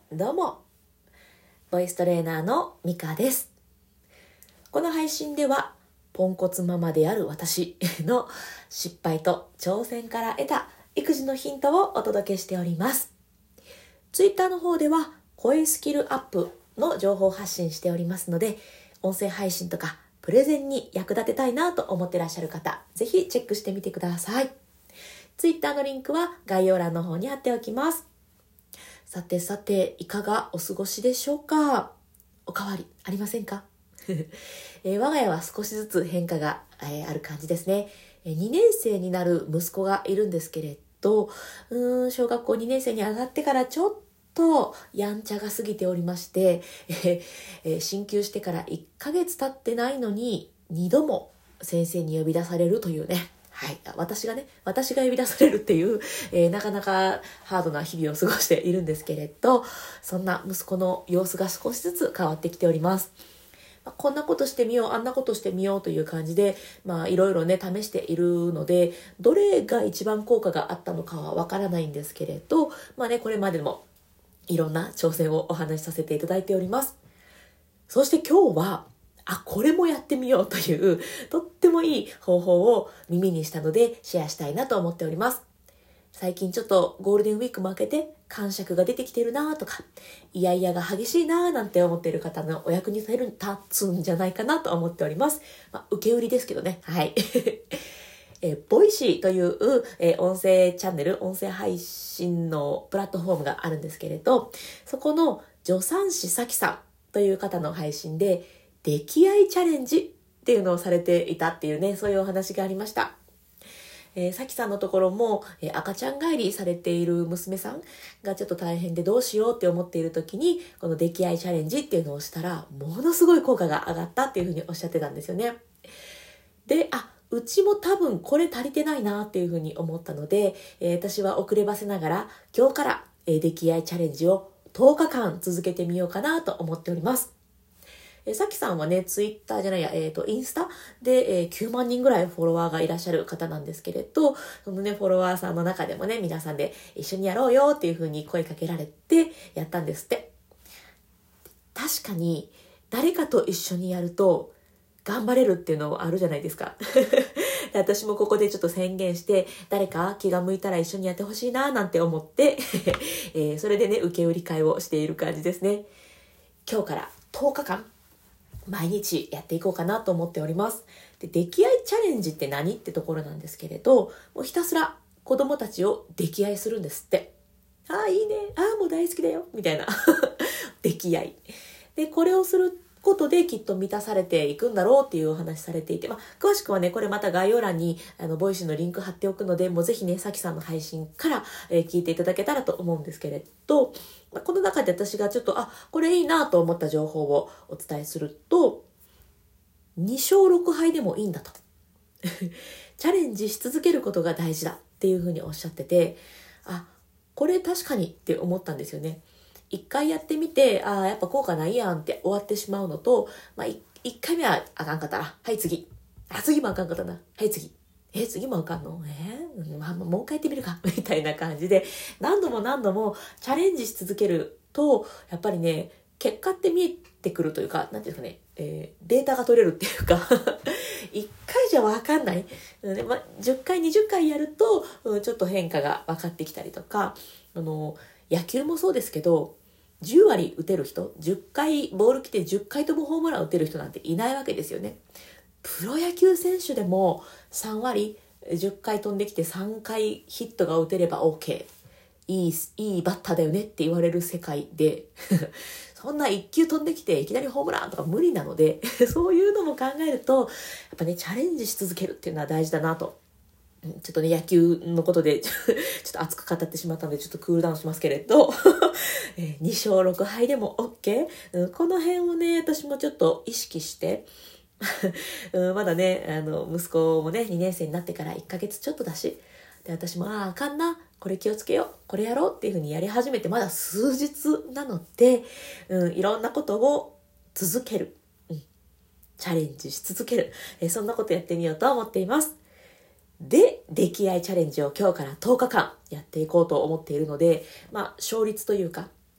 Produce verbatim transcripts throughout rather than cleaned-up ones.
どうも、ボイストレーナーのミカです。この配信では、ポンコツママである私の失敗と挑戦から得た育児のヒントをお届けしております。ツイッターの方では、声スキルアップの情報発信しておりますので、音声配信とかプレゼンに役立てたいなと思ってらっしゃる方、ぜひチェックしてみてください。ツイッターのリンクは概要欄の方に貼っておきます。さてさて、いかがお過ごしでしょうか？おかわりありませんか？えー、我が家は少しずつ変化が、えー、ある感じですね。えー、にねん生になる息子がいるんですけれど、うーん小学校にねん生に上がってからちょっとやんちゃが過ぎておりまして、えーえー、進級してからいっかげつ経ってないのににども先生に呼び出されるというね。はい。私がね、私が呼び出されるっていう、えー、なかなかハードな日々を過ごしているんですけれど、そんな息子の様子が少しずつ変わってきております。まあ、こんなことしてみよう、あんなことしてみようという感じで、まあいろいろね、試しているので、どれが一番効果があったのかはわからないんですけれど、まあね、これまでもいろんな挑戦をお話しさせていただいております。そして今日は、あ、これもやってみようという、とってもいい方法を耳にしたのでシェアしたいなと思っております。最近ちょっとゴールデンウィークも明けて感触が出てきてるなとか、イヤイヤが激しいななんて思っている方のお役に立つんじゃないかなと思っております。まあ、受け売りですけどね。はい。えボイシーという、え音声チャンネル、音声配信のプラットフォームがあるんですけれど、そこの助産師さきさんという方の配信で、溺愛チャレンジっていうのをされていたっていうね、そういうお話がありました。えー、さきさんのところも、えー、赤ちゃん帰りされている娘さんがちょっと大変でどうしようって思っている時に、この溺愛チャレンジっていうのをしたら、ものすごい効果が上がったっていうふうにおっしゃってたんですよね。で、あ、うちも多分これ足りてないなっていうふうに思ったので、えー、私は遅ればせながら今日から、えー、溺愛チャレンジをとおかかん続けてみようかなと思っております。えー、さきさんはね、ツイッターじゃないや、えっと、インスタで、えー、きゅうまんにんぐらいフォロワーがいらっしゃる方なんですけれど、そのね、フォロワーさんの中でもね、皆さんで一緒にやろうよっていう風に声かけられてやったんですって。確かに、誰かと一緒にやると、頑張れるっていうのあるじゃないですか。で私もここでちょっと宣言して、誰か気が向いたら一緒にやってほしいななんて思って、えー、それでね、受け売り会をしている感じですね。今日からとおかかん、毎日やっていこうかなと思っております。で、溺愛チャレンジって何ってところなんですけれど、もうひたすら子供たちを溺愛するんですって。ああ、いいね。ああ、もう大好きだよ。みたいな。溺愛。で、これをすることできっと満たされていくんだろうっていうお話されていて、まあ、詳しくはね、これまた概要欄に、あの、ボイシーのリンク貼っておくので、もうぜひね、さきさんの配信から、えー、聞いていただけたらと思うんですけれど、まあ、この中で私がちょっと、あ、これいいなと思った情報をお伝えすると、に勝ろく敗でもいいんだと。チャレンジし続けることが大事だっていうふうにおっしゃってて、あ、これ確かにって思ったんですよね。一回やってみて、ああ、やっぱ効果ないやんって終わってしまうのと、まあ、一回目はあかんかったら、はい次。あ、次もあかんかったな。はい次。え、次もあかんのえー、まあ、もう一回やってみるかみたいな感じで、何度も何度もチャレンジし続けると、やっぱりね、結果って見えてくるというか、なんていうんですかね、えー、データが取れるっていうか、一回じゃわかんない。まあ、じゅっかい、にじゅっかいやると、うん、ちょっと変化が分かってきたりとか、あの、野球もそうですけど、じゅうわり打てる人、じゅっかいボール来てじゅっかいともホームラン打てる人なんていないわけですよね。プロ野球選手でもさんわりじゅっかい飛んできてさんかいヒットが打てれば OK。いい、いいバッターだよねって言われる世界で、そんないっきゅう飛んできていきなりホームランとか無理なので、そういうのも考えると、やっぱね、チャレンジし続けるっていうのは大事だなと。ちょっとね、野球のことでちょっと熱く語ってしまったので、ちょっとクールダウンしますけれど、に勝ろく敗でも OK、うん。この辺をね、私もちょっと意識して、うん、まだね、あの、息子もね、にねん生になってからいっかげつちょっとだし、で、私も、ああ、あかんな、これ気をつけよう、これやろうっていうふうにやり始めて、まだ数日なので、うん、いろんなことを続ける。うん、チャレンジし続ける。えそんなことやってみようと思っています。で、溺愛チャレンジを今日からとおかかんやっていこうと思っているので、まあ、勝率というか、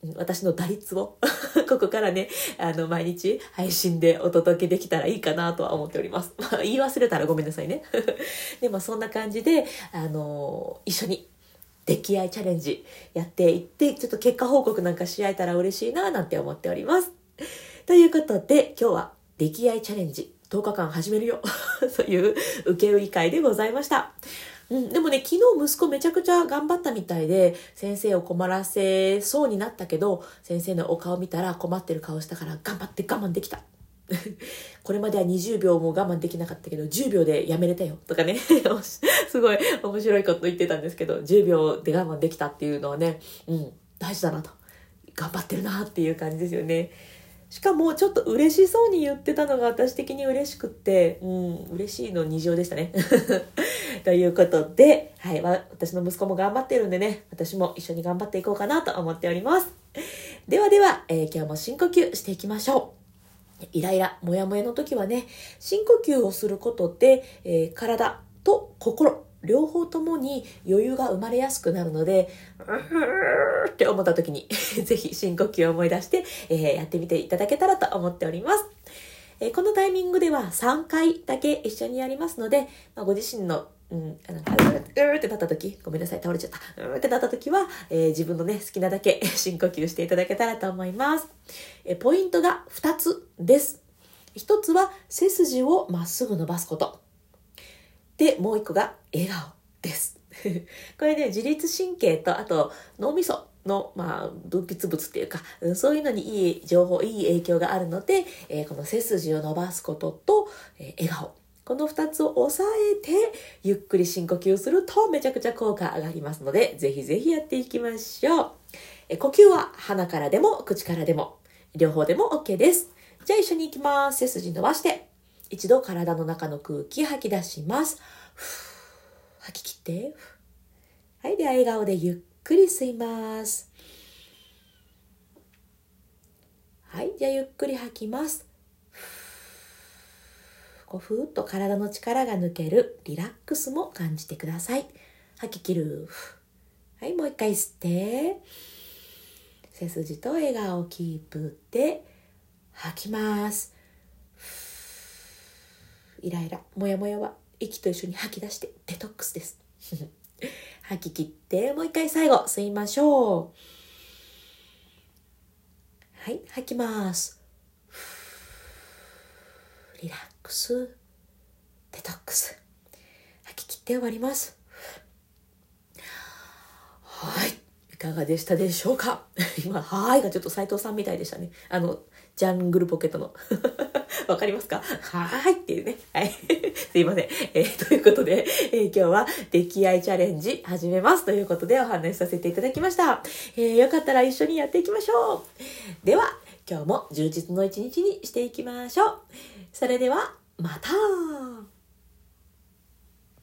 私の打率をここからね、あの、毎日配信でお届けできたらいいかなとは思っております。言い忘れたらごめんなさいね。でもそんな感じで、あの、一緒に溺愛チャレンジやっていって、ちょっと結果報告なんかし合えたら嬉しいななんて思っております。ということで、今日は溺愛チャレンジとおかかん始めるよそういう受け売り会でございました。うん、でもね、昨日息子めちゃくちゃ頑張ったみたいで、先生を困らせそうになったけど、先生のお顔見たら困ってる顔したから頑張って我慢できた。これまではにじゅうびょうも我慢できなかったけど、じゅうびょうでやめれたよとかね。すごい面白いこと言ってたんですけど、じゅうびょうで我慢できたっていうのはね、うん、大事だなと。頑張ってるなっていう感じですよね。しかもちょっと嬉しそうに言ってたのが私的に嬉しくって、うん、嬉しいの二乗でしたね。ということで、はい、私の息子も頑張ってるんでね、私も一緒に頑張っていこうかなと思っております。ではでは、えー、今日も深呼吸していきましょう。イライラ、モヤモヤの時はね、深呼吸をすることで、えー、体と心、両方ともに余裕が生まれやすくなるので、うーって思った時にぜひ深呼吸を思い出して、えー、やってみていただけたらと思っております。えー、このタイミングではさんかいだけ一緒にやりますので、まあ、ご自身のうん、なんかうーってなった時、ごめんなさい、倒れちゃった。うーってなった時は、えー、自分のね、好きなだけ深呼吸していただけたらと思います。えー、ポイントがふたつです。ひとつは背筋をまっすぐ伸ばすこと。で、もういっこが笑顔です。これね、自律神経と、あと脳みその、まあ、分泌物っていうか、そういうのにいい情報、いい影響があるので、えー、この背筋を伸ばすことと、えー、笑顔。このふたつを抑えて、ゆっくり深呼吸するとめちゃくちゃ効果上がりますので、ぜひぜひやっていきましょう。えー、呼吸は鼻からでも口からでも、両方でも OK です。じゃあ一緒に行きます。背筋伸ばして。一度体の中の空気吐き出します。吐き切って。はい。では笑顔でゆっくり吸います。はい。じゃあゆっくり吐きます。こうふーっと体の力が抜けるリラックスも感じてください。吐き切る。はい。もう一回吸って。背筋と笑顔をキープで吐きます。イライラ、モヤモヤは息と一緒に吐き出してデトックスです。吐き切ってもう一回最後吸いましょう。はい、吐きます。リラックス、デトックス。吐き切って終わります。はい、いかがでしたでしょうか。今はいがちょっと斉藤さんみたいでしたね。あのジャングルポケットのわかりますか？はーいっていうね。はい。すいません。えー、ということで、えー、今日は溺愛チャレンジ始めますということでお話しさせていただきました。えー、よかったら一緒にやっていきましょう。では、今日も充実の一日にしていきましょう。それでは、また。